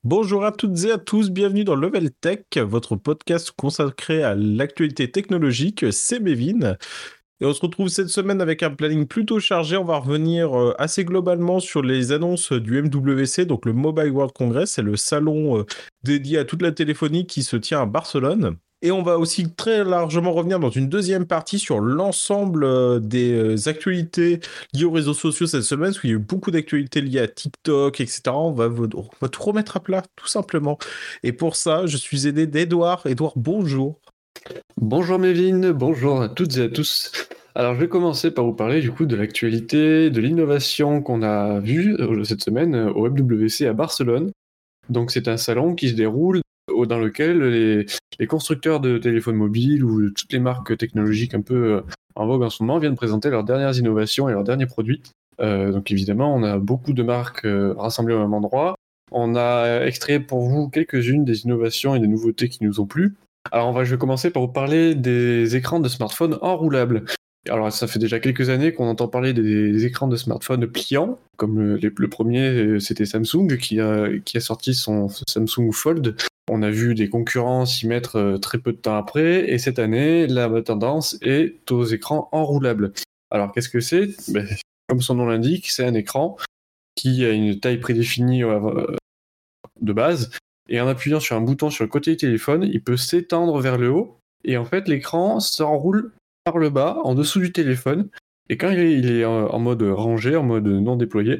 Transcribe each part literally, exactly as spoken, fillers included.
Bonjour à toutes et à tous, bienvenue dans Level Tech, votre podcast consacré à l'actualité technologique, c'est Mévin. Et on se retrouve cette semaine avec un planning plutôt chargé. On va revenir euh, assez globalement sur les annonces du M W C, donc le Mobile World Congress, c'est le salon euh, dédié à toute la téléphonie qui se tient à Barcelone. Et on va aussi très largement revenir dans une deuxième partie sur l'ensemble euh, des euh, actualités liées aux réseaux sociaux cette semaine, parce qu'il y a eu beaucoup d'actualités liées à TikTok, et cetera. On va, on va tout remettre à plat, tout simplement. Et pour ça, je suis aidé d'Edouard. Edouard, bonjour. Bonjour Mévin, bonjour à toutes et à tous. Alors je vais commencer par vous parler du coup de l'actualité, de l'innovation qu'on a vue euh, cette semaine euh, au M W C à Barcelone. Donc c'est un salon qui se déroule au- dans lequel les, les constructeurs de téléphones mobiles ou toutes les marques technologiques un peu euh, en vogue en ce moment viennent présenter leurs dernières innovations et leurs derniers produits. Euh, donc évidemment on a beaucoup de marques euh, rassemblées au même endroit. On a extrait pour vous quelques-unes des innovations et des nouveautés qui nous ont plu. Alors, on va, je vais commencer par vous parler des écrans de smartphones enroulables. Alors, ça fait déjà quelques années qu'on entend parler des, des écrans de smartphones pliants, comme le, les- le premier, euh, c'était Samsung qui a, qui a sorti son Samsung Fold. On a vu des concurrents s'y mettre euh, très peu de temps après, et cette année, la tendance est aux écrans enroulables. Alors, qu'est-ce que c'est? Ben, comme son nom l'indique, c'est un écran qui a une taille prédéfinie euh, de base, et en appuyant sur un bouton sur le côté du téléphone, il peut s'étendre vers le haut, et en fait l'écran s'enroule par le bas, en dessous du téléphone, et quand il est, il est en, en mode rangé, en mode non déployé,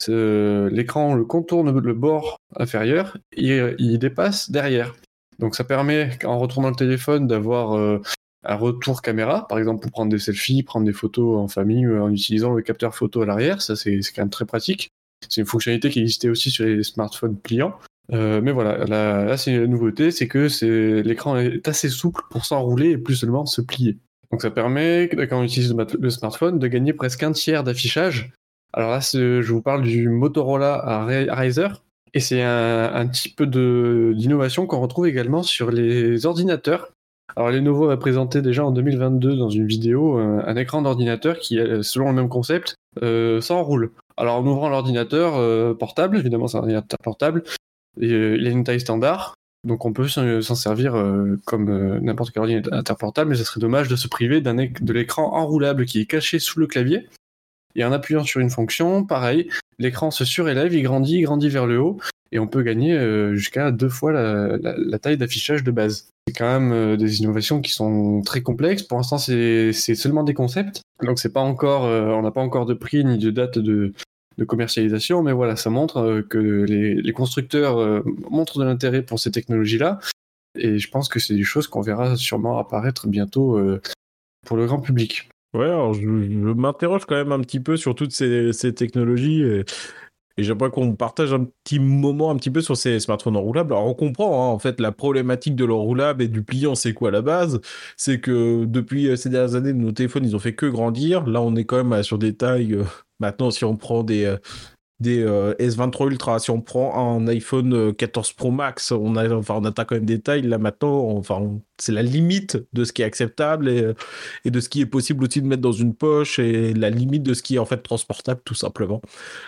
l'écran le contourne le bord inférieur, et il dépasse derrière. Donc ça permet, en retournant le téléphone, d'avoir euh, un retour caméra, par exemple pour prendre des selfies, prendre des photos en famille, euh, en utilisant le capteur photo à l'arrière, ça c'est quand même très pratique. C'est une fonctionnalité qui existait aussi sur les smartphones pliants. Euh, mais voilà, là, là c'est une nouveauté, c'est que c'est, l'écran est assez souple pour s'enrouler et plus seulement se plier. Donc ça permet, quand on utilise le, le smartphone, de gagner presque un tiers d'affichage. Alors là, je vous parle du Motorola Razr, et c'est un, un type de, d'innovation qu'on retrouve également sur les ordinateurs. Alors Lenovo a présenté déjà en deux mille vingt-deux dans une vidéo un, un écran d'ordinateur qui, selon le même concept, euh, s'enroule. Alors en ouvrant l'ordinateur euh, portable, évidemment c'est un ordinateur portable, et, euh, il a une taille standard, donc on peut s'en, s'en servir euh, comme euh, n'importe quel ordinateur portable, mais ce serait dommage de se priver d'un éc- de l'écran enroulable qui est caché sous le clavier. Et en appuyant sur une fonction, pareil, l'écran se surélève, il grandit, il grandit vers le haut, et on peut gagner euh, jusqu'à deux fois la, la, la taille d'affichage de base. C'est quand même euh, des innovations qui sont très complexes. Pour l'instant, c'est, c'est seulement des concepts, donc c'est pas encore, euh, on n'a pas encore de prix ni de date de, de commercialisation, mais voilà, ça montre euh, que les, les constructeurs euh, montrent de l'intérêt pour ces technologies-là, et je pense que c'est des choses qu'on verra sûrement apparaître bientôt euh, pour le grand public. Ouais, alors je, je m'interroge quand même un petit peu sur toutes ces, ces technologies et, et j'aimerais qu'on partage un petit moment un petit peu sur ces smartphones enroulables. Alors on comprend hein, en fait la problématique de l'enroulable et du pliant, c'est quoi à la base? C'est que depuis euh, ces dernières années, nos téléphones, ils ont fait que grandir. Là, on est quand même euh, sur des tailles. euh, maintenant, si on prend des, euh, des euh, S vingt-trois Ultra, si on prend un iPhone euh, quatorze Pro Max, on a, enfin, on atteint quand même des tailles. Là maintenant, on- enfin, on- c'est la limite de ce qui est acceptable et, euh, et de ce qui est possible aussi de mettre dans une poche et la limite de ce qui est en fait transportable tout simplement.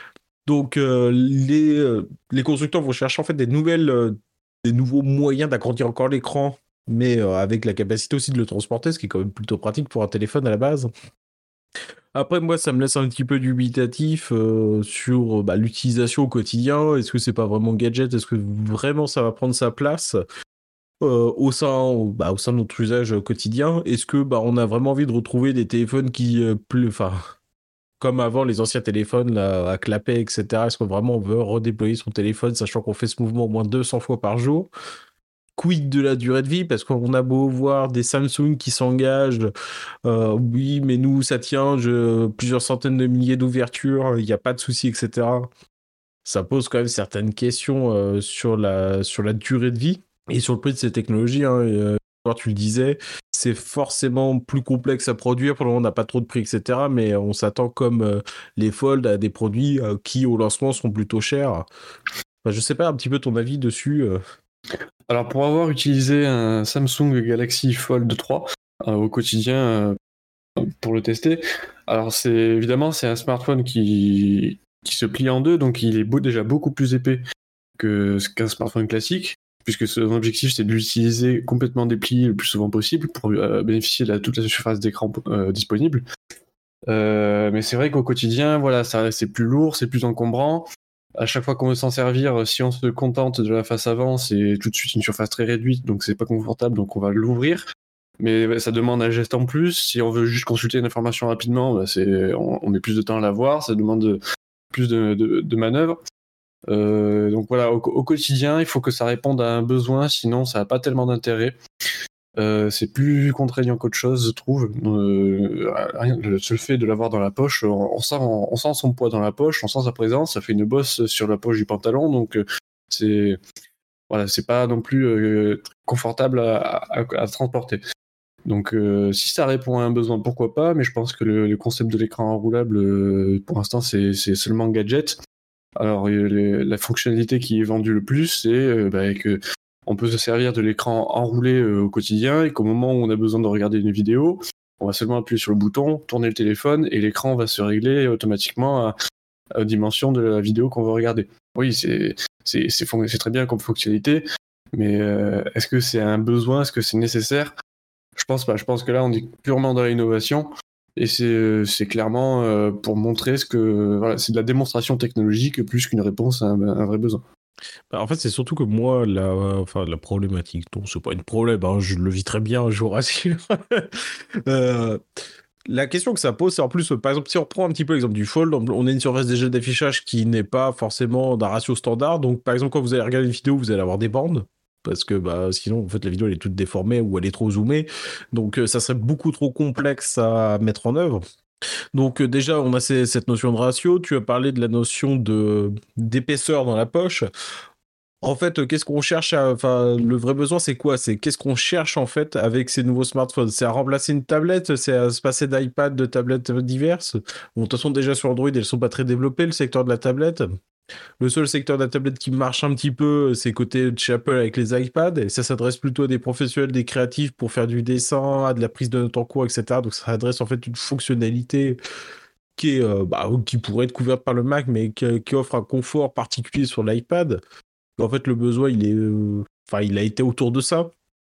Donc euh, les, euh, les constructeurs vont chercher en fait des nouvelles, euh, des nouveaux moyens d'agrandir encore l'écran, mais euh, avec la capacité aussi de le transporter, ce qui est quand même plutôt pratique pour un téléphone à la base. Après, moi, ça me laisse un petit peu dubitatif euh, sur euh, bah, l'utilisation au quotidien. Est-ce que c'est pas vraiment gadget? Est-ce que vraiment ça va prendre sa place euh, au sein, bah, au sein de notre usage quotidien? Est-ce que bah, on a vraiment envie de retrouver des téléphones qui, euh, plus, enfin, comme avant les anciens téléphones là, à clapet, et cetera. Est-ce que vraiment on veut redéployer son téléphone, sachant qu'on fait ce mouvement au moins deux cents fois par jour? Quid de la durée de vie? Parce qu'on a beau voir des Samsung qui s'engagent euh, oui, mais nous, ça tient, je, plusieurs centaines de milliers d'ouvertures, il n'y a pas de souci, et cetera. Ça pose quand même certaines questions euh, sur la, sur la durée de vie et sur le prix de ces technologies. Hein, et, euh, tu le disais, c'est forcément plus complexe à produire, pour le moment, on n'a pas trop de prix, et cetera. Mais on s'attend comme euh, les Fold à des produits euh, qui, au lancement, seront plutôt chers. Enfin, je sais pas un petit peu ton avis dessus. euh. Alors pour avoir utilisé un Samsung Galaxy Fold trois euh, au quotidien euh, pour le tester, alors c'est évidemment c'est un smartphone qui, qui se plie en deux, donc il est beau, déjà beaucoup plus épais que, qu'un smartphone classique, puisque son objectif c'est de l'utiliser complètement déplié le plus souvent possible pour euh, bénéficier de la, toute la surface d'écran euh, disponible. Euh, mais c'est vrai qu'au quotidien, voilà, ça, c'est plus lourd, c'est plus encombrant. À chaque fois qu'on veut s'en servir, si on se contente de la face avant, c'est tout de suite une surface très réduite, donc c'est pas confortable, donc on va l'ouvrir. Mais ça demande un geste en plus. Si on veut juste consulter une information rapidement, bah c'est, on, on met plus de temps à la voir, ça demande de, plus de, de, de manœuvres. Euh, donc voilà, au, au quotidien, il faut que ça réponde à un besoin, sinon ça n'a pas tellement d'intérêt. Euh, c'est plus contraignant qu'autre chose, je trouve. Euh, le seul fait de l'avoir dans la poche, on, on, sent, on, on sent son poids dans la poche, on sent sa présence, ça fait une bosse sur la poche du pantalon, donc euh, c'est voilà, c'est pas non plus euh, confortable à, à, à transporter. Donc euh, si ça répond à un besoin, pourquoi pas, mais je pense que le, le concept de l'écran enroulable, euh, pour l'instant, c'est, c'est seulement gadget. Alors euh, les, la fonctionnalité qui est vendue le plus, c'est euh, bah, que on peut se servir de l'écran enroulé euh, au quotidien et qu'au moment où on a besoin de regarder une vidéo, on va seulement appuyer sur le bouton, tourner le téléphone et l'écran va se régler automatiquement à, à la dimension de la vidéo qu'on veut regarder. Oui, c'est, c'est, c'est, c'est très bien comme fonctionnalité, mais euh, est-ce que c'est un besoin, est-ce que c'est nécessaire ? Je pense pas. Je pense que là, on est purement dans l'innovation et c'est, c'est clairement euh, pour montrer ce que... Voilà, c'est de la démonstration technologique plus qu'une réponse à un, à un vrai besoin. Bah, en fait, c'est surtout que moi, la, enfin, la problématique, non, c'est pas une problème, hein, je le vis très bien, je vous rassure. euh, la question que ça pose, c'est en plus, par exemple, si on reprend un petit peu l'exemple du Fold, on a une surface déjà d'affichage qui n'est pas forcément d'un ratio standard. Donc, par exemple, quand vous allez regarder une vidéo, vous allez avoir des bandes. Parce que bah, sinon, en fait, la vidéo, elle est toute déformée ou elle est trop zoomée. Donc, euh, ça serait beaucoup trop complexe à mettre en œuvre. Donc, euh, déjà, on a ces, cette notion de ratio. Tu as parlé de la notion de, d'épaisseur dans la poche. En fait, qu'est-ce qu'on cherche à... Enfin, le vrai besoin, c'est quoi? C'est qu'est-ce qu'on cherche, en fait, avec ces nouveaux smartphones? C'est à remplacer une tablette? C'est à se passer d'iPad, de tablettes diverses? Bon, de toute façon, déjà, sur Android, elles sont pas très développées, le secteur de la tablette. Le seul secteur de la tablette qui marche un petit peu, c'est côté de chez Apple avec les iPads. Et ça s'adresse plutôt à des professionnels, des créatifs pour faire du dessin, à de la prise de notes en cours, et cetera. Donc, ça adresse, en fait, une fonctionnalité qui est, euh, bah, qui pourrait être couverte par le Mac, mais qui, qui offre un confort particulier sur l'iPad. En fait, le besoin, il est, euh, enfin, il a été autour de ça.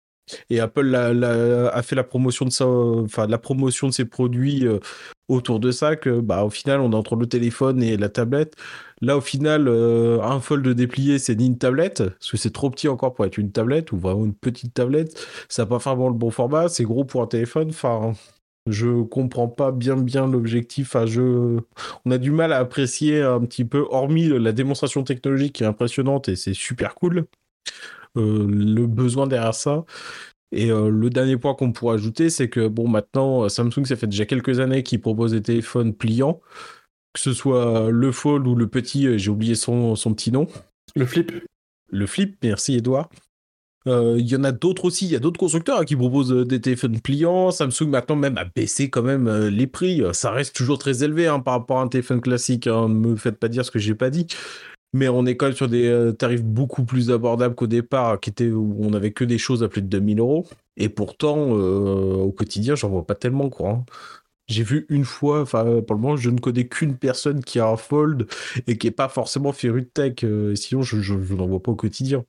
Et Apple l'a, l'a, a fait la promotion de ça, enfin, la promotion de ses produits euh, autour de ça. Que, bah, au final, on est entre le téléphone et la tablette. Là, au final, euh, un Fold déplié, c'est ni une tablette, parce que c'est trop petit encore pour être une tablette ou vraiment une petite tablette. Ça n'a pas vraiment le bon format. C'est gros pour un téléphone. Enfin, je comprends pas bien bien l'objectif. Enfin, je... On a du mal à apprécier un petit peu, hormis la démonstration technologique qui est impressionnante et c'est super cool, euh, le besoin derrière ça. Et euh, le dernier point qu'on pourrait ajouter, c'est que bon, maintenant, Samsung, ça fait déjà quelques années qu'ils proposent des téléphones pliants, que ce soit le Fold ou le petit, j'ai oublié son, son petit nom. Le Flip. Le Flip, merci Edouard. Il euh, y en a d'autres aussi, il y a d'autres constructeurs hein, qui proposent euh, des téléphones pliants. Samsung maintenant même a baissé quand même euh, les prix. Ça reste toujours très élevé hein, par rapport à un téléphone classique. Hein. Ne me faites pas dire ce que j'ai pas dit. Mais on est quand même sur des euh, tarifs beaucoup plus abordables qu'au départ, qui étaient, où on avait que des choses à plus de deux mille euros. Et pourtant, euh, au quotidien, j'en vois pas tellement quoi. Hein. J'ai vu une fois, enfin pour le moment, je ne connais qu'une personne qui a un Fold et qui est pas forcément féru de tech. Euh, sinon, je, je, je n'en vois pas au quotidien.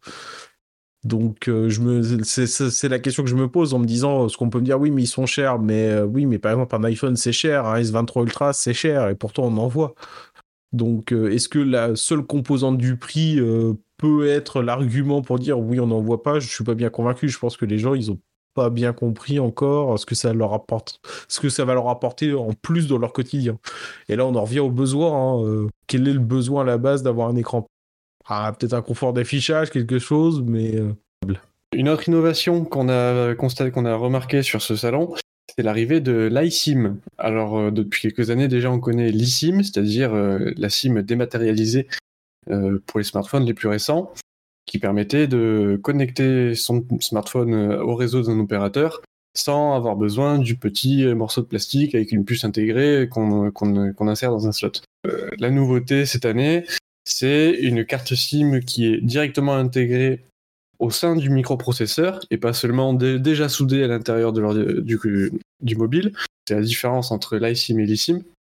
Donc, euh, je me, c'est, c'est, c'est la question que je me pose en me disant, ce qu'on peut me dire, oui, mais ils sont chers, mais euh, oui, mais par exemple, un iPhone, c'est cher, un S vingt-trois Ultra, c'est cher, et pourtant, on en voit. Donc, euh, est-ce que la seule composante du prix euh, peut être l'argument pour dire, oui, on n'en voit pas? Je suis pas bien convaincu. Je pense que les gens, ils ont pas bien compris encore ce que ça leur apporte, ce que ça va leur apporter en plus dans leur quotidien. Et là, on en revient au besoin. Hein, euh, quel est le besoin à la base d'avoir un écran? Ah, peut-être un confort d'affichage, quelque chose, mais... Euh... Une autre innovation qu'on a constaté, qu'on a remarqué sur ce salon, c'est l'arrivée de l'iSIM. Alors, euh, depuis quelques années déjà, on connaît l'eSIM, c'est-à-dire euh, la SIM dématérialisée euh, pour les smartphones les plus récents, qui permettait de connecter son smartphone au réseau d'un opérateur sans avoir besoin du petit morceau de plastique avec une puce intégrée qu'on, qu'on, qu'on insère dans un slot. Euh, la nouveauté cette année, c'est une carte SIM qui est directement intégrée au sein du microprocesseur et pas seulement dé- déjà soudée à l'intérieur de leur, du, du mobile. C'est la différence entre l'iSIM et l'eSIM.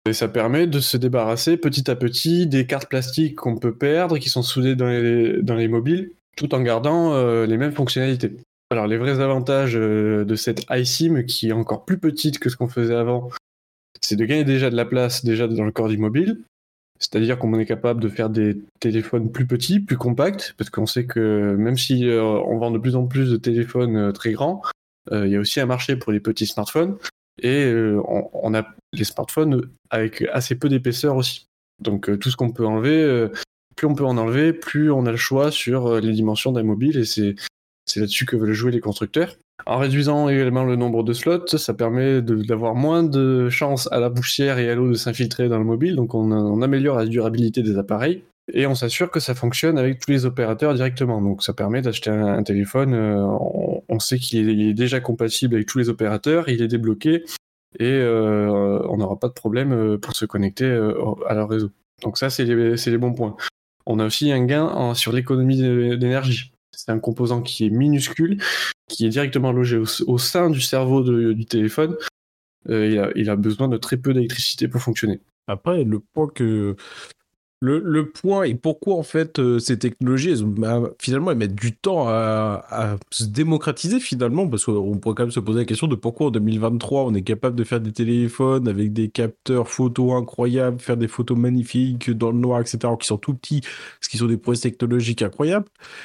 Et ça permet de se débarrasser petit à petit des cartes plastiques qu'on peut perdre, qui sont soudées dans les, dans les mobiles, tout en gardant euh, les mêmes fonctionnalités. Alors les vrais avantages euh, de cette iSIM, qui est encore plus petite que ce qu'on faisait avant, c'est de gagner déjà de la place déjà dans le corps du mobile, c'est-à-dire qu'on est capable de faire des téléphones plus petits, plus compacts, parce qu'on sait que même si euh, on vend de plus en plus de téléphones euh, très grands, euh, il y a aussi un marché pour les petits smartphones, et euh, on, on a les smartphones avec assez peu d'épaisseur aussi. Donc euh, tout ce qu'on peut enlever, euh, plus on peut en enlever, plus on a le choix sur euh, les dimensions d'un mobile, et c'est, c'est là-dessus que veulent jouer les constructeurs. En réduisant également le nombre de slots, ça permet de, d'avoir moins de chances à la poussière et à l'eau de s'infiltrer dans le mobile, donc on, on améliore la durabilité des appareils, et on s'assure que ça fonctionne avec tous les opérateurs directement. Donc ça permet d'acheter un, un téléphone, euh, on, on sait qu'il est, il est déjà compatible avec tous les opérateurs, il est débloqué, et euh, on n'aura pas de problème pour se connecter euh, à leur réseau. Donc ça, c'est les, c'est les bons points. On a aussi un gain en, sur l'économie d'énergie. C'est un composant qui est minuscule, qui est directement logé au, au sein du cerveau de, du téléphone. Euh, il, a, il a besoin de très peu d'électricité pour fonctionner. Après, le point que... Le, le point et pourquoi en fait euh, ces technologies elles, bah, finalement elles mettent du temps à, à se démocratiser finalement, parce qu'on pourrait quand même se poser la question de pourquoi en deux mille vingt-trois on est capable de faire des téléphones avec des capteurs photos incroyables, faire des photos magnifiques dans le noir, etc., qui sont tout petits parce qu'ils ont des prouesses technologiques incroyables,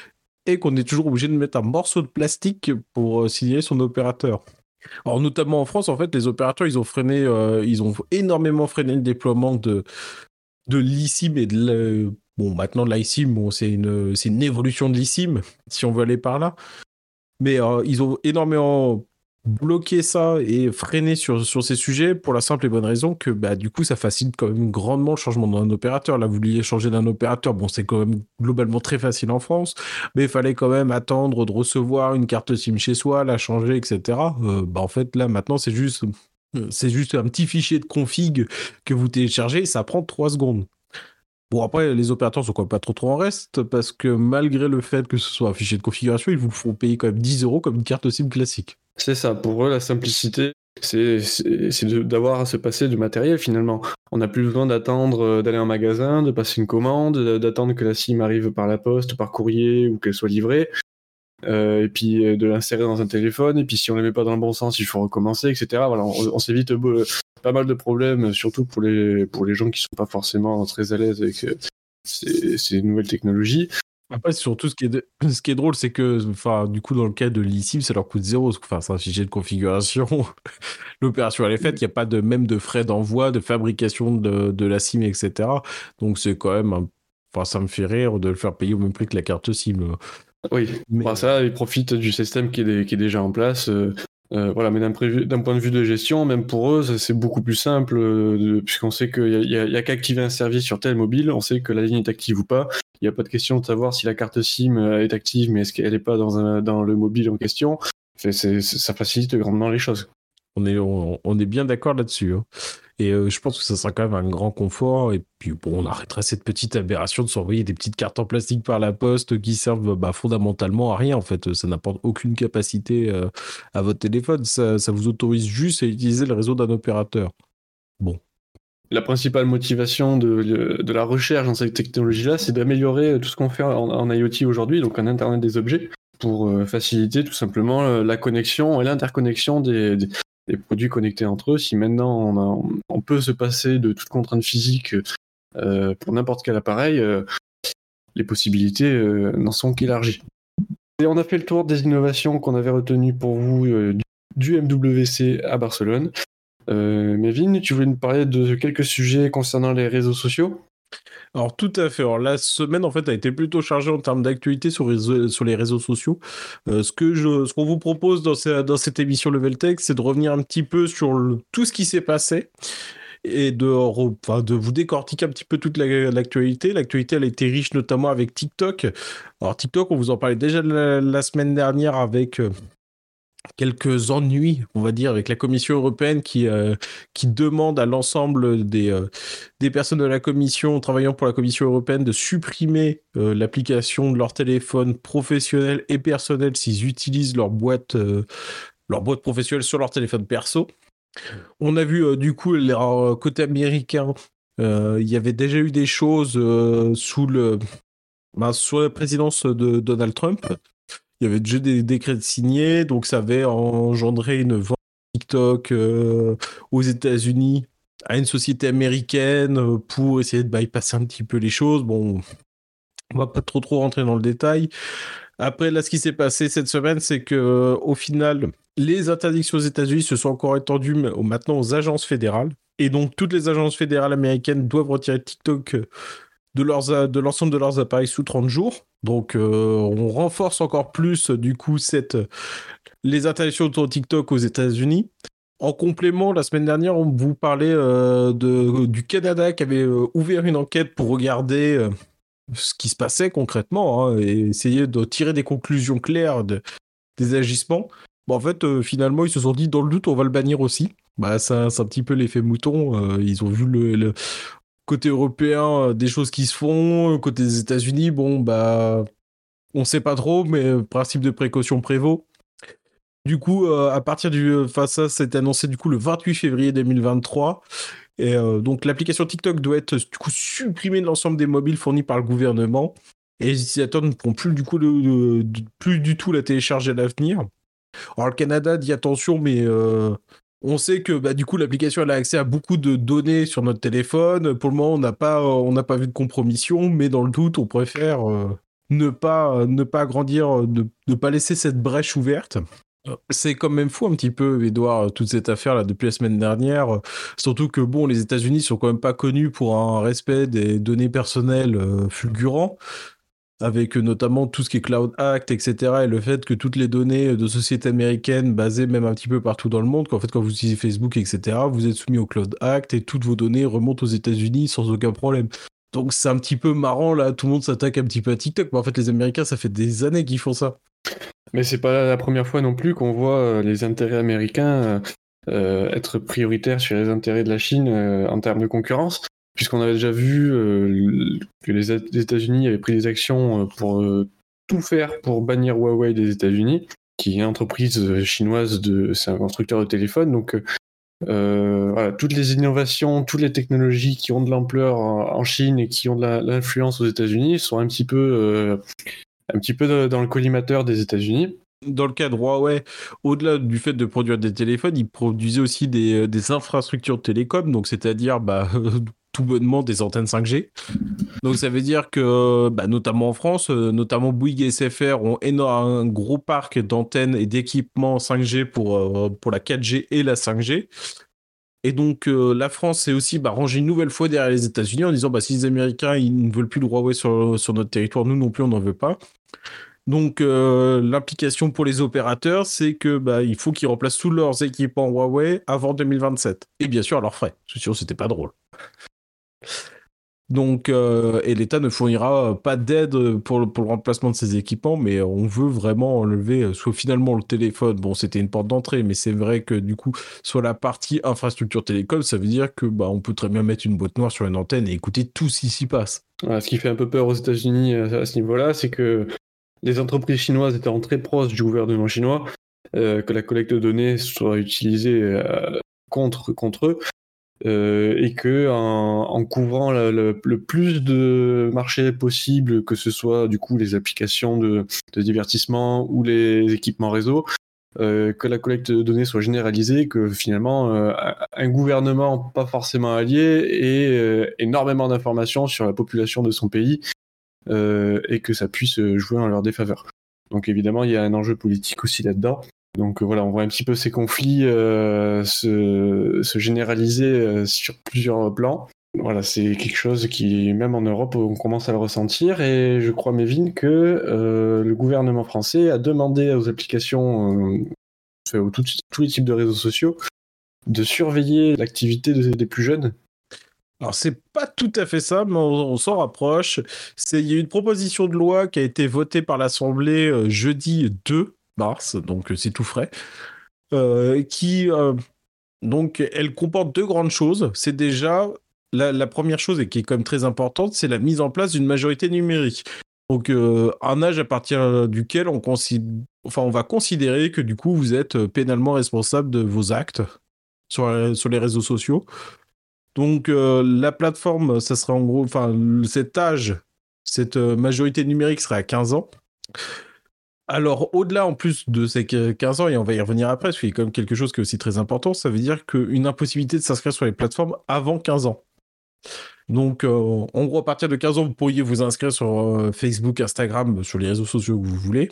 et qu'on est toujours obligé de mettre un morceau de plastique pour euh, signaler son opérateur. Alors notamment en France, en fait, les opérateurs ils ont freiné, euh, ils ont énormément freiné le déploiement de de l'eSIM et de la... bon, maintenant de l'iSIM, bon, c'est une c'est une évolution de l'eSIM si on veut aller par là, mais euh, ils ont énormément bloqué ça et freiné sur sur ces sujets pour la simple et bonne raison que bah du coup ça facilite quand même grandement le changement d'un opérateur. Là, vous vouliez changer d'un opérateur, bon, c'est quand même globalement très facile en France, mais il fallait quand même attendre de recevoir une carte SIM chez soi, la changer, etc. Euh, bah en fait là maintenant c'est juste c'est juste un petit fichier de config que vous téléchargez, ça prend trois secondes. Bon, après, les opérateurs sont quand même pas trop trop en reste, parce que malgré le fait que ce soit un fichier de configuration, ils vous le font payer quand même dix euros comme une carte SIM classique. C'est ça, pour eux, la simplicité, c'est, c'est, c'est de, d'avoir à se passer du matériel finalement. On n'a plus besoin d'attendre d'aller en magasin, de passer une commande, d'attendre que la SIM arrive par la poste, par courrier, ou qu'elle soit livrée. Euh, et puis euh, de l'insérer dans un téléphone, et puis si on ne le met pas dans le bon sens, il faut recommencer, et cetera. Voilà, on, on s'évite euh, pas mal de problèmes, surtout pour les, pour les gens qui ne sont pas forcément très à l'aise avec euh, ces, ces nouvelles technologies. Après, surtout, ce qui est, de... ce qui est drôle, c'est que, enfin, du coup, dans le cas de l'eSIM, ça leur coûte zéro. Enfin, c'est un fichier de configuration. L'opération, elle est faite. Il n'y a pas de, même de frais d'envoi, de fabrication de, de la SIM, et cetera. Donc, c'est quand même un... Enfin, ça me fait rire de le faire payer au même prix que la carte SIM. Oui, mais... bah, ça, ils profitent du système qui est, qui est déjà en place. Euh, euh, voilà, mais d'un, prévu, d'un point de vue de gestion, même pour eux, c'est beaucoup plus simple, euh, de, puisqu'on sait qu'il y a, y a qu'à activer un service sur tel mobile, on sait que la ligne est active ou pas. Il n'y a pas de question de savoir si la carte SIM est active, mais est-ce qu'elle n'est pas dans, un, dans le mobile en question. C'est, c'est, ça facilite grandement les choses. On est, on, on est bien d'accord là-dessus. Hein. Et euh, je pense que ça sera quand même un grand confort. Et puis, bon, on arrêtera cette petite aberration de s'envoyer des petites cartes en plastique par la poste qui servent bah, fondamentalement à rien. En fait, ça n'apporte aucune capacité euh, à votre téléphone. Ça, ça vous autorise juste à utiliser le réseau d'un opérateur. Bon. La principale motivation de, de la recherche dans cette technologie-là, c'est d'améliorer tout ce qu'on fait en, en IoT aujourd'hui, donc en Internet des objets, pour euh, faciliter tout simplement la connexion et l'interconnexion des, des des produits connectés entre eux. Si maintenant on, a, on peut se passer de toute contrainte physique euh, pour n'importe quel appareil, euh, les possibilités euh, n'en sont qu'élargies. Et on a fait le tour des innovations qu'on avait retenues pour vous euh, du, du M W C à Barcelone. Euh, Mévin, tu voulais nous parler de quelques sujets concernant les réseaux sociaux ? Alors tout à fait. Alors la semaine en fait a été plutôt chargée en termes d'actualité sur, les, sur les réseaux sociaux. Euh, ce que je, ce qu'on vous propose dans, ce, dans cette émission Level Tech, c'est de revenir un petit peu sur le, tout ce qui s'est passé et de, enfin, de vous décortiquer un petit peu toute la, l'actualité. L'actualité, elle a été riche notamment avec TikTok. Alors TikTok, on vous en parlait déjà la, la semaine dernière avec euh, quelques ennuis, on va dire, avec la Commission européenne qui, euh, qui demande à l'ensemble des, euh, des personnes de la Commission, travaillant pour la Commission européenne, de supprimer euh, l'application de leur téléphone professionnel et personnel s'ils utilisent leur boîte, euh, leur boîte professionnelle sur leur téléphone perso. On a vu euh, du coup, les, euh, côté américain, euh, il y avait déjà eu des choses euh, sous le, ben, sous la présidence de Donald Trump. Il y avait déjà des décrets signés, donc ça avait engendré une vente de TikTok euh, aux États-Unis à une société américaine euh, pour essayer de bypasser un petit peu les choses. Bon, on va pas trop trop rentrer dans le détail. Après, là, ce qui s'est passé cette semaine, c'est que euh, au final, les interdictions aux États-Unis se sont encore étendues mais, au- maintenant aux agences fédérales. Et donc, toutes les agences fédérales américaines doivent retirer TikTok euh, de leurs a- de l'ensemble de leurs appareils sous trente jours. Donc, euh, on renforce encore plus, euh, du coup, cette, les interdictions autour de TikTok aux États-Unis. En complément, la semaine dernière, on vous parlait euh, de, du Canada qui avait euh, ouvert une enquête pour regarder euh, ce qui se passait concrètement hein, et essayer de tirer des conclusions claires de, des agissements. Bon, en fait, euh, finalement, ils se sont dit, dans le doute, on va le bannir aussi. Bah, ça, c'est un petit peu l'effet mouton. Euh, ils ont vu le, le côté européen euh, des choses qui se font. Côté des États-Unis, bon, bah, on sait pas trop, mais euh, principe de précaution prévaut. Du coup, euh, à partir du. Enfin, ça, c'était annoncé du coup le vingt-huit février deux mille vingt-trois. Et euh, donc, l'application TikTok doit être du coup supprimée de l'ensemble des mobiles fournis par le gouvernement. Et les utilisateurs ne pourront plus du coup le, le- de- plus du tout la télécharger à l'avenir. Alors, le Canada dit attention, mais euh, on sait que bah, du coup, l'application elle a accès à beaucoup de données sur notre téléphone. Pour le moment, on n'a pas, euh, on n'a pas vu de compromission, mais dans le doute, on préfère euh, ne pas, ne pas agrandir, euh, ne, ne pas laisser cette brèche ouverte. C'est quand même fou un petit peu, Edouard, toute cette affaire là depuis la semaine dernière. Surtout que bon, les États-Unis sont quand même pas connus pour un respect des données personnelles euh, fulgurant, avec euh, notamment tout ce qui est Cloud Act, et cetera. Et le fait que toutes les données de sociétés américaines basées même un petit peu partout dans le monde, qu'en fait quand vous utilisez Facebook, et cetera, vous êtes soumis au Cloud Act et toutes vos données remontent aux États-Unis sans aucun problème. Donc c'est un petit peu marrant là, tout le monde s'attaque un petit peu à TikTok, mais en fait les Américains ça fait des années qu'ils font ça. Mais c'est pas la première fois non plus qu'on voit euh, les intérêts américains euh, euh, être prioritaires sur les intérêts de la Chine euh, en termes de concurrence, puisqu'on avait déjà vu euh, que les les États-Unis avaient pris des actions euh, pour euh, tout faire pour bannir Huawei des États-Unis, qui est une entreprise euh, chinoise de, c'est un constructeur de téléphone. Donc euh, voilà, toutes les innovations, toutes les technologies qui ont de l'ampleur en, en Chine et qui ont de la- l'influence aux États-Unis sont un petit peu euh, un petit peu de- dans le collimateur des États-Unis. Dans le cas de Huawei, au-delà du fait de produire des téléphones, ils produisaient aussi des, euh, des infrastructures de télécom, donc c'est-à-dire bah, tout bonnement des antennes cinq G. Donc ça veut dire que, bah, notamment en France, euh, notamment Bouygues et S F R ont énorme, un gros parc d'antennes et d'équipements cinq G pour, euh, pour la quatre G et la cinq G. Et donc euh, la France s'est aussi bah, rangée une nouvelle fois derrière les États-Unis en disant bah, si les Américains ils ne veulent plus de Huawei sur, sur notre territoire, nous non plus on n'en veut pas. Donc euh, l'implication pour les opérateurs, c'est que bah, il faut qu'ils remplacent tous leurs équipements Huawei avant deux mille vingt-sept. Et bien sûr à leurs frais. C'est sûr, c'était pas drôle. Donc euh, et l'État ne fournira pas d'aide pour, le- pour le remplacement de ces équipements, mais on veut vraiment enlever euh, soit finalement le téléphone. Bon, c'était une porte d'entrée, mais c'est vrai que du coup, soit la partie infrastructure télécom, ça veut dire que bah on peut très bien mettre une boîte noire sur une antenne et écouter tout ce qui s'y passe. Voilà, ce qui fait un peu peur aux États-Unis euh, à ce niveau-là, c'est que les entreprises chinoises étant très proches du gouvernement chinois, euh, que la collecte de données soit utilisée euh, contre, contre eux, euh, et que en, en couvrant le, le- le plus de marchés possible, que ce soit du coup les applications de, de divertissement ou les équipements réseau, euh, que la collecte de données soit généralisée, que finalement euh, un gouvernement pas forcément allié ait euh, énormément d'informations sur la population de son pays euh, et que ça puisse jouer en leur défaveur. Donc évidemment, il y a un enjeu politique aussi là-dedans. Donc euh, voilà, on voit un petit peu ces conflits euh, se, se généraliser euh, sur plusieurs plans. Voilà, c'est quelque chose qui, même en Europe, on commence à le ressentir. Et je crois, Mévin, que euh, le gouvernement français a demandé aux applications, euh, enfin, aux tout- tous les types de réseaux sociaux, de surveiller l'activité de- des plus jeunes. Alors c'est pas tout à fait ça, mais on, on s'en rapproche. C'est il y a une proposition de loi qui a été votée par l'Assemblée euh, jeudi deux mars, donc euh, c'est tout frais, euh, qui euh, donc elle comporte deux grandes choses. C'est déjà la, la première chose et qui est quand même très importante, c'est la mise en place d'une majorité numérique. Donc euh, un âge à partir duquel on considère, enfin on va considérer que du coup vous êtes pénalement responsable de vos actes sur, sur les réseaux sociaux. Donc euh, la plateforme, ça serait en gros, enfin cet âge, cette euh, majorité numérique serait à quinze ans. Alors au-delà en plus de ces quinze ans, et on va y revenir après, parce qu'il y a quand même quelque chose qui est aussi très important, ça veut dire qu'une impossibilité de s'inscrire sur les plateformes avant quinze ans. Donc, euh, en gros, à partir de quinze ans, vous pourriez vous inscrire sur euh, Facebook, Instagram, sur les réseaux sociaux que vous voulez.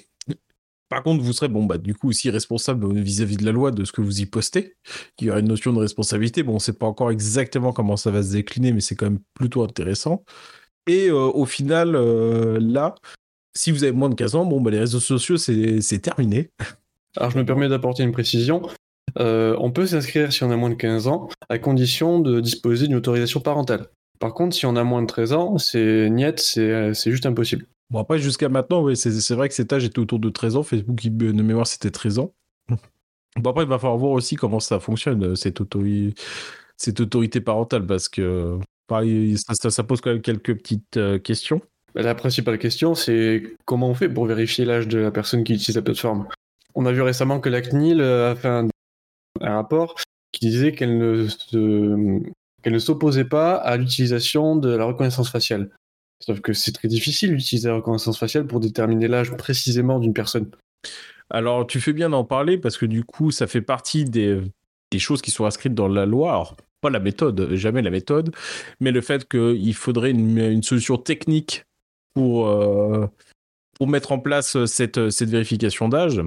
Par contre, vous serez, bon, bah, du coup, aussi responsable vis-à-vis de la loi de ce que vous y postez. Il y aura une notion de responsabilité. Bon, on ne sait pas encore exactement comment ça va se décliner, mais c'est quand même plutôt intéressant. Et euh, au final, euh, là, si vous avez moins de quinze ans, bon, bah, les réseaux sociaux, c'est, c'est terminé. Alors, je me permets d'apporter une précision. Euh, on peut s'inscrire si on a moins de quinze ans, à condition de disposer d'une autorisation parentale. Par contre, si on a moins de treize ans, c'est niet, c'est, c'est juste impossible. Bon, après, jusqu'à maintenant, oui, c'est, c'est vrai que cet âge était autour de treize ans. Facebook, de mémoire, c'était treize ans. Bon, après, il va falloir voir aussi comment ça fonctionne, cette, autori... cette autorité parentale, parce que pareil, ça, ça, ça pose quand même quelques petites euh, questions. La principale question, c'est comment on fait pour vérifier l'âge de la personne qui utilise la plateforme. On a vu récemment que la C N I L a fait un, un rapport qui disait qu'elle ne, se... qu'elle ne s'opposait pas à l'utilisation de la reconnaissance faciale. Sauf que c'est très difficile d'utiliser la reconnaissance faciale pour déterminer l'âge précisément d'une personne. Alors, tu fais bien d'en parler parce que du coup, ça fait partie des, des choses qui sont inscrites dans la loi. Alors, pas la méthode, jamais la méthode, mais le fait qu'il faudrait une, une solution technique pour, euh, pour mettre en place cette, cette vérification d'âge.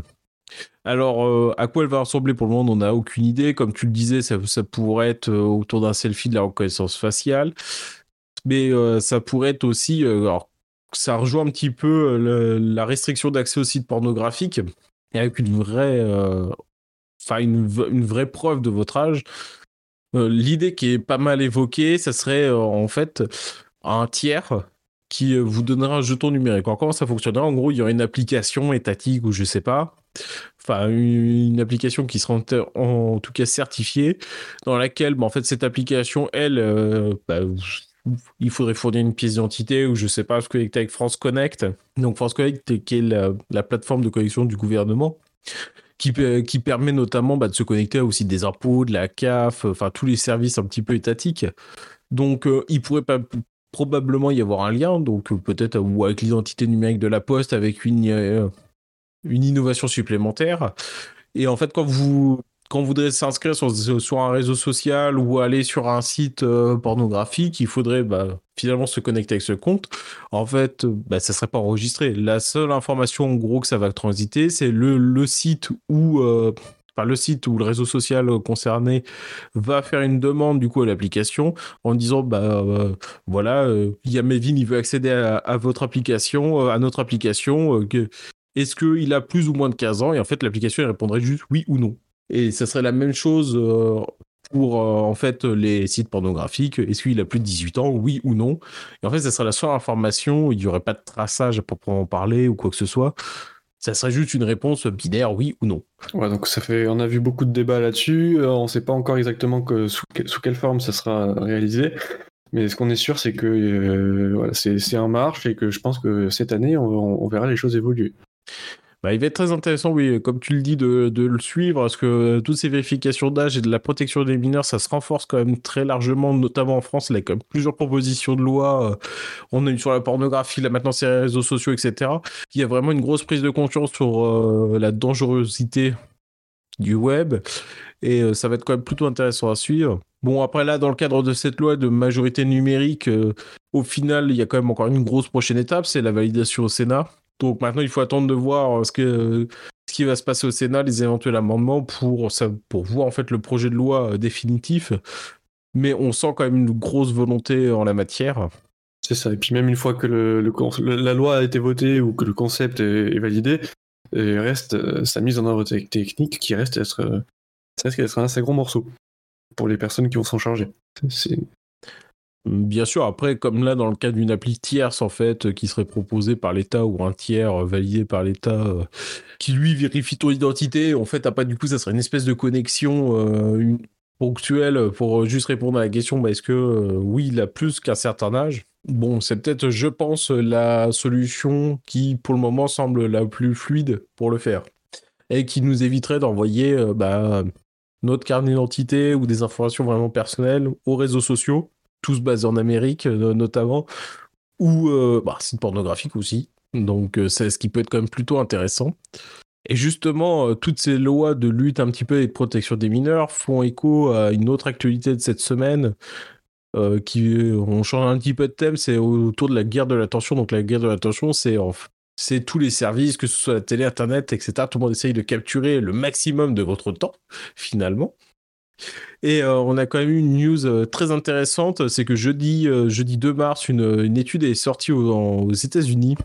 Alors, euh, à quoi elle va ressembler pour le moment, on n'a aucune idée. Comme tu le disais, ça, ça pourrait être autour d'un selfie de la reconnaissance faciale. Mais euh, ça pourrait être aussi... Euh, alors, ça rejoint un petit peu le, la restriction d'accès aux sites pornographiques, et avec une vraie... Euh, enfin, une, une vraie preuve de votre âge. Euh, l'idée qui est pas mal évoquée, ça serait euh, en fait un tiers qui euh, vous donnera un jeton numérique. Alors, comment ça fonctionnerait? En gros, il y aurait une application étatique ou je sais pas, enfin une, une application qui sera en, ter- en tout cas certifiée, dans laquelle, bah, en fait, cette application, elle, euh, bah, il faudrait fournir une pièce d'identité ou je sais pas, se connecter avec France Connect. Donc France Connect, qui est la, la plateforme de connexion du gouvernement, qui, qui permet notamment bah, de se connecter au site des impôts, de la C A F, enfin tous les services un petit peu étatiques. Donc euh, il pourrait pas probablement y avoir un lien, donc euh, peut-être euh, ou avec l'identité numérique de la Poste, avec une, euh, une innovation supplémentaire. Et en fait, quand vous quand vous voudrez s'inscrire sur, sur un réseau social ou aller sur un site euh, pornographique, il faudrait bah, finalement se connecter avec ce compte. En fait, bah, ça ne serait pas enregistré. La seule information, en gros, que ça va transiter, c'est le, le site où... Euh, Enfin, le site ou le réseau social concerné va faire une demande du coup à l'application en disant bah euh, voilà, euh, Yamévin il veut accéder à, à votre application, euh, à notre application, euh, que, est-ce qu'il a plus ou moins de quinze ans? Et en fait, l'application elle répondrait juste oui ou non. Et ça serait la même chose euh, pour euh, en fait les sites pornographiques. Est-ce qu'il a plus de dix-huit ans? Oui ou non? Et en fait, ça serait la seule information. Il n'y aurait pas de traçage à proprement parler ou quoi que ce soit. Ça serait juste une réponse binaire, oui ou non. Ouais, donc ça fait, on a vu beaucoup de débats là-dessus. Euh, on ne sait pas encore exactement que, sous, que, sous quelle forme ça sera réalisé. Mais ce qu'on est sûr, c'est que euh, voilà, c'est, c'est en marche et que je pense que cette année, on, on verra les choses évoluer. Bah, il va être très intéressant, oui, comme tu le dis, de, de le suivre, parce que toutes ces vérifications d'âge et de la protection des mineurs, ça se renforce quand même très largement, notamment en France. Il y a quand même plusieurs propositions de loi. On a eu sur la pornographie, là maintenant c'est les réseaux sociaux, et cetera. Il y a vraiment une grosse prise de conscience sur euh, la dangerosité du web, et euh, ça va être quand même plutôt intéressant à suivre. Bon, après là, dans le cadre de cette loi de majorité numérique, euh, au final, il y a quand même encore une grosse prochaine étape, c'est la validation au Sénat. Donc maintenant, il faut attendre de voir ce, que, ce qui va se passer au Sénat, les éventuels amendements pour, ça, pour voir en fait le projet de loi euh, définitif. Mais on sent quand même une grosse volonté en la matière. C'est ça. Et puis même une fois que le, le, la loi a été votée ou que le concept est, est validé, il reste euh, sa mise en œuvre technique qui reste être, euh, ça risque d'être un assez gros morceau pour les personnes qui vont s'en charger. C'est... Bien sûr, après, comme là, dans le cas d'une appli tierce, en fait, qui serait proposée par l'État ou un tiers euh, validé par l'État, euh, qui lui vérifie ton identité, en fait, pas du coup, ça serait une espèce de connexion euh, une, ponctuelle pour juste répondre à la question, bah, est-ce que euh, oui, il a plus qu'un certain âge? Bon, c'est peut-être, je pense, la solution qui, pour le moment, semble la plus fluide pour le faire. Et qui nous éviterait d'envoyer, euh, bah, notre carte d'identité ou des informations vraiment personnelles aux réseaux sociaux, tous basés en Amérique euh, notamment, ou euh, bah, sites pornographiques aussi. Donc euh, c'est ce qui peut être quand même plutôt intéressant. Et justement, euh, toutes ces lois de lutte un petit peu et de protection des mineurs font écho à une autre actualité de cette semaine euh, qui, on change un petit peu de thème, c'est autour de la guerre de l'attention. Donc la guerre de l'attention, c'est en c'est tous les services, que ce soit la télé, internet, et cetera. Tout le monde essaye de capturer le maximum de votre temps, finalement. Et euh, on a quand même eu une news euh, très intéressante, c'est que jeudi, euh, jeudi deux mars, une, une étude est sortie aux, en- aux États-Unis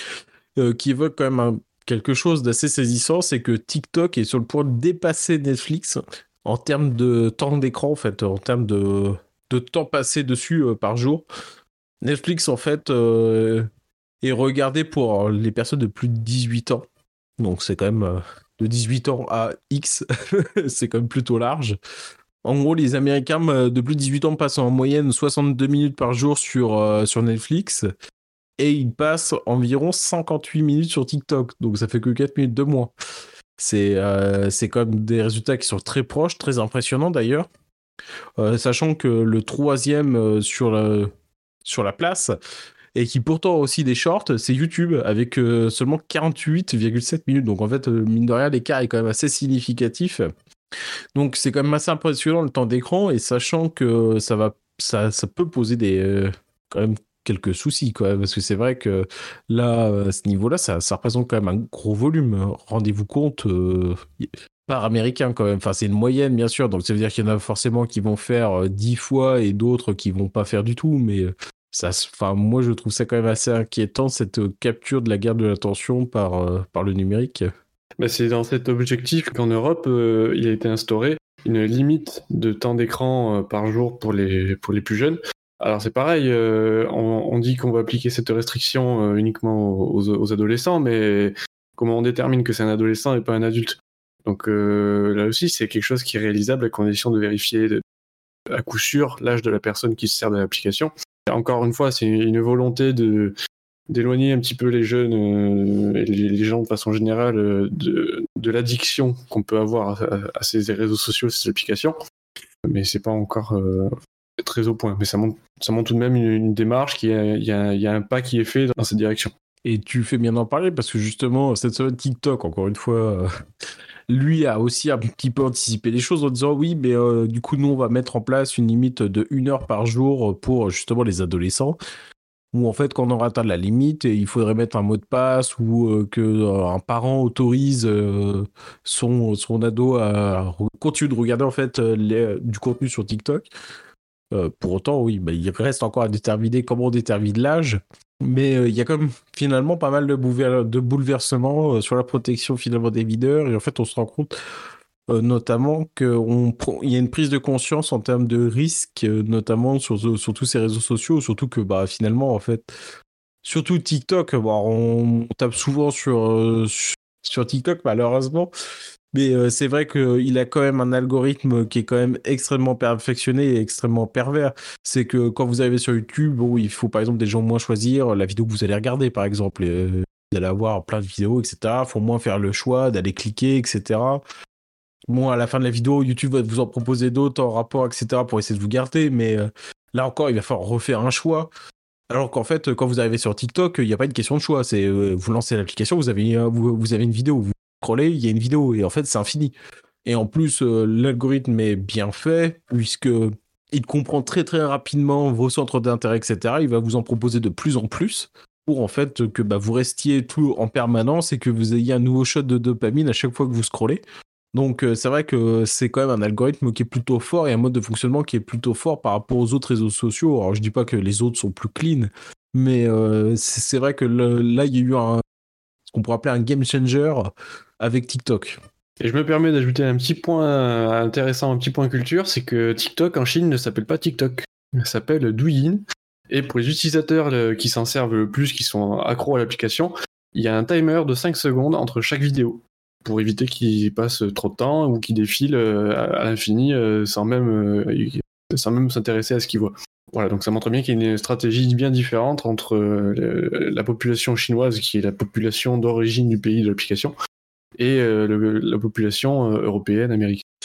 euh, qui évoque quand même un- quelque chose d'assez saisissant, c'est que TikTok est sur le point de dépasser Netflix en termes de temps d'écran, en fait, en termes de, de temps passé dessus euh, par jour. Netflix, en fait, euh, est regardé pour les personnes de plus de dix-huit ans. Donc c'est quand même euh, de dix-huit ans à X, c'est quand même plutôt large. En gros, les Américains euh, de plus de dix-huit ans passent en moyenne soixante-deux minutes par jour sur, euh, sur Netflix et ils passent environ cinquante-huit minutes sur TikTok. Donc ça fait que quatre minutes de moins. C'est euh, c'est quand même des résultats qui sont très proches, très impressionnants d'ailleurs. Euh, sachant que le troisième euh, sur, la, sur la place, et qui pourtant a aussi des shorts, c'est YouTube, avec euh, seulement quarante-huit virgule sept minutes. Donc en fait, euh, mine de rien, l'écart est quand même assez significatif. Donc c'est quand même assez impressionnant le temps d'écran, et sachant que ça va, ça, ça peut poser des euh, quand même quelques soucis, quoi, parce que c'est vrai que là, à ce niveau-là, ça, ça représente quand même un gros volume. Rendez-vous compte, euh, par américain quand même. Enfin, c'est une moyenne, bien sûr, donc ça veut dire qu'il y en a forcément qui vont faire euh, dix fois et d'autres qui vont pas faire du tout, mais euh, ça, enfin, moi je trouve ça quand même assez inquiétant, cette euh, capture de la guerre de l'attention par, euh, par le numérique. Bah, c'est dans cet objectif qu'en Europe, euh, il a été instauré une limite de temps d'écran euh, par jour pour les, pour les plus jeunes. Alors c'est pareil, euh, on, on dit qu'on va appliquer cette restriction euh, uniquement aux, aux adolescents, mais comment on détermine que c'est un adolescent et pas un adulte? Donc euh, là aussi, c'est quelque chose qui est réalisable à condition de vérifier de, à coup sûr l'âge de la personne qui se sert de l'application. Et encore une fois, c'est une volonté de d'éloigner un petit peu les jeunes euh, et les, les gens de façon générale euh, de, de l'addiction qu'on peut avoir à, à ces réseaux sociaux, ces applications. Mais c'est pas encore euh, très au point. Mais ça montre, ça montre tout de même une, une démarche, qui il y a, y a un pas qui est fait dans cette direction. Et tu fais bien d'en parler parce que justement, cette semaine TikTok, encore une fois, euh, lui a aussi un petit peu anticipé les choses en disant oui, mais euh, du coup, nous, on va mettre en place une limite de une heure par jour pour justement les adolescents. Où en fait, quand on aura atteint la limite, il faudrait mettre un mot de passe ou euh, que euh, un parent autorise euh, son, son ado à re- continuer de regarder en fait euh, les- du contenu sur TikTok. Euh, pour autant, oui, bah, il reste encore à déterminer comment on détermine l'âge. Mais euh, il y a quand même finalement pas mal de, boulever- de bouleversements euh, sur la protection finalement des videurs. Et en fait, on se rend compte euh, notamment qu'il y a une prise de conscience en termes de risques, euh, notamment sur, sur tous ces réseaux sociaux. Surtout que bah, finalement, en fait, surtout TikTok, bon, on, on tape souvent sur, euh, sur sur TikTok, malheureusement. Mais euh, c'est vrai qu'il a quand même un algorithme qui est quand même extrêmement perfectionné et extrêmement pervers. C'est que quand vous arrivez sur YouTube, bon, il faut par exemple des gens moins choisir la vidéo que vous allez regarder, par exemple. Et, euh, vous allez avoir plein de vidéos, et cetera. Il faut moins faire le choix d'aller cliquer, et cetera. Bon, à la fin de la vidéo, YouTube va vous en proposer d'autres en rapport, et cetera pour essayer de vous garder. Mais euh, là encore, il va falloir refaire un choix. Alors qu'en fait, quand vous arrivez sur TikTok, il n'y a pas une question de choix. C'est euh, vous lancez l'application, vous avez, euh, vous, vous avez une vidéo, vous scrollez, il y a une vidéo, et en fait, c'est infini. Et en plus, euh, l'algorithme est bien fait, puisque il comprend très très rapidement vos centres d'intérêt, et cetera. Il va vous en proposer de plus en plus pour en fait que bah, vous restiez tout en permanence et que vous ayez un nouveau shot de dopamine à chaque fois que vous scrollez. Donc euh, c'est vrai que c'est quand même un algorithme qui est plutôt fort et un mode de fonctionnement qui est plutôt fort par rapport aux autres réseaux sociaux. Alors je dis pas que les autres sont plus clean, mais euh, c'est c'est vrai que le- là il y a eu un, ce qu'on pourrait appeler un game changer avec TikTok. Et je me permets d'ajouter un petit point intéressant, un petit point culture, c'est que TikTok en Chine ne s'appelle pas TikTok, il s'appelle Douyin. Et pour les utilisateurs euh, qui s'en servent le plus, qui sont accros à l'application, il y a un timer de cinq secondes entre chaque vidéo, pour éviter qu'ils passent trop de temps ou qu'ils défilent euh, à l'infini euh, sans même, euh, sans même s'intéresser à ce qu'ils voient. Voilà, donc ça montre bien qu'il y a une stratégie bien différente entre euh, la population chinoise, qui est la population d'origine du pays de l'application, et euh, le, la population euh, européenne, américaine.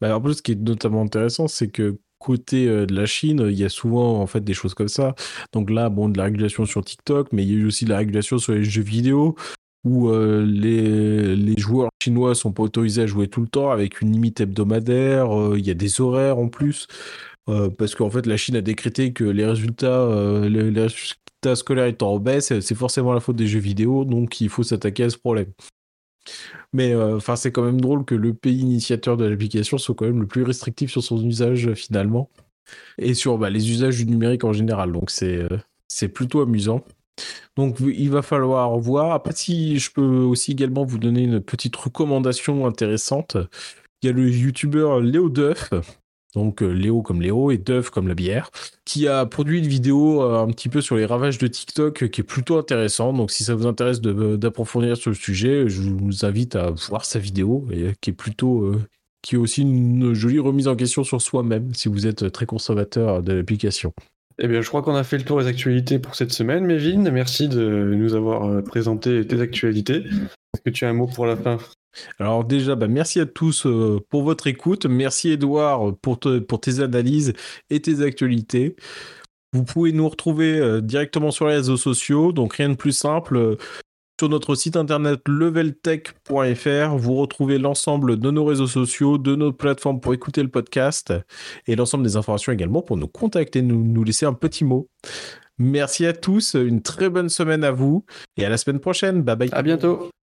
Bah, en plus, ce qui est notamment intéressant, c'est que côté euh, de la Chine, il y a souvent en fait des choses comme ça. Donc là, bon, de la régulation sur TikTok, mais il y a eu aussi de la régulation sur les jeux vidéo où euh, les, les joueurs chinois sont pas autorisés à jouer tout le temps avec une limite hebdomadaire. euh, Il y a des horaires en plus euh, parce qu'en fait, la Chine a décrété que les résultats, euh, les, les résultats scolaires étant en baisse, c'est forcément la faute des jeux vidéo, donc il faut s'attaquer à ce problème. Mais euh, enfin, c'est quand même drôle que le pays initiateur de l'application soit quand même le plus restrictif sur son usage euh, finalement et sur bah, les usages du numérique en général. Donc c'est euh, c'est plutôt amusant. Donc il va falloir voir. Après, si je peux aussi également vous donner une petite recommandation intéressante, il y a le youtubeur Léo Duff, donc euh, Léo comme Léo et Duff comme la bière, qui a produit une vidéo euh, un petit peu sur les ravages de TikTok euh, qui est plutôt intéressant. Donc si ça vous intéresse de- d'approfondir sur le sujet, je vous invite à voir sa vidéo et, euh, qui est plutôt euh, qui est aussi une jolie remise en question sur soi-même si vous êtes très consommateur de l'application. Eh bien, je crois qu'on a fait le tour des actualités pour cette semaine, Mévin. Merci de nous avoir euh, présenté tes actualités. Est-ce que tu as un mot pour la fin? Alors déjà, bah, merci à tous euh, pour votre écoute. Merci Edouard pour, te- pour tes analyses et tes actualités. Vous pouvez nous retrouver euh, directement sur les réseaux sociaux, donc rien de plus simple. euh, Sur notre site internet leveltech point f r, vous retrouvez l'ensemble de nos réseaux sociaux, de nos plateformes pour écouter le podcast et l'ensemble des informations également pour nous contacter, nous, nous laisser un petit mot. Merci à tous, une très bonne semaine à vous et à la semaine prochaine. Bye bye. À bientôt.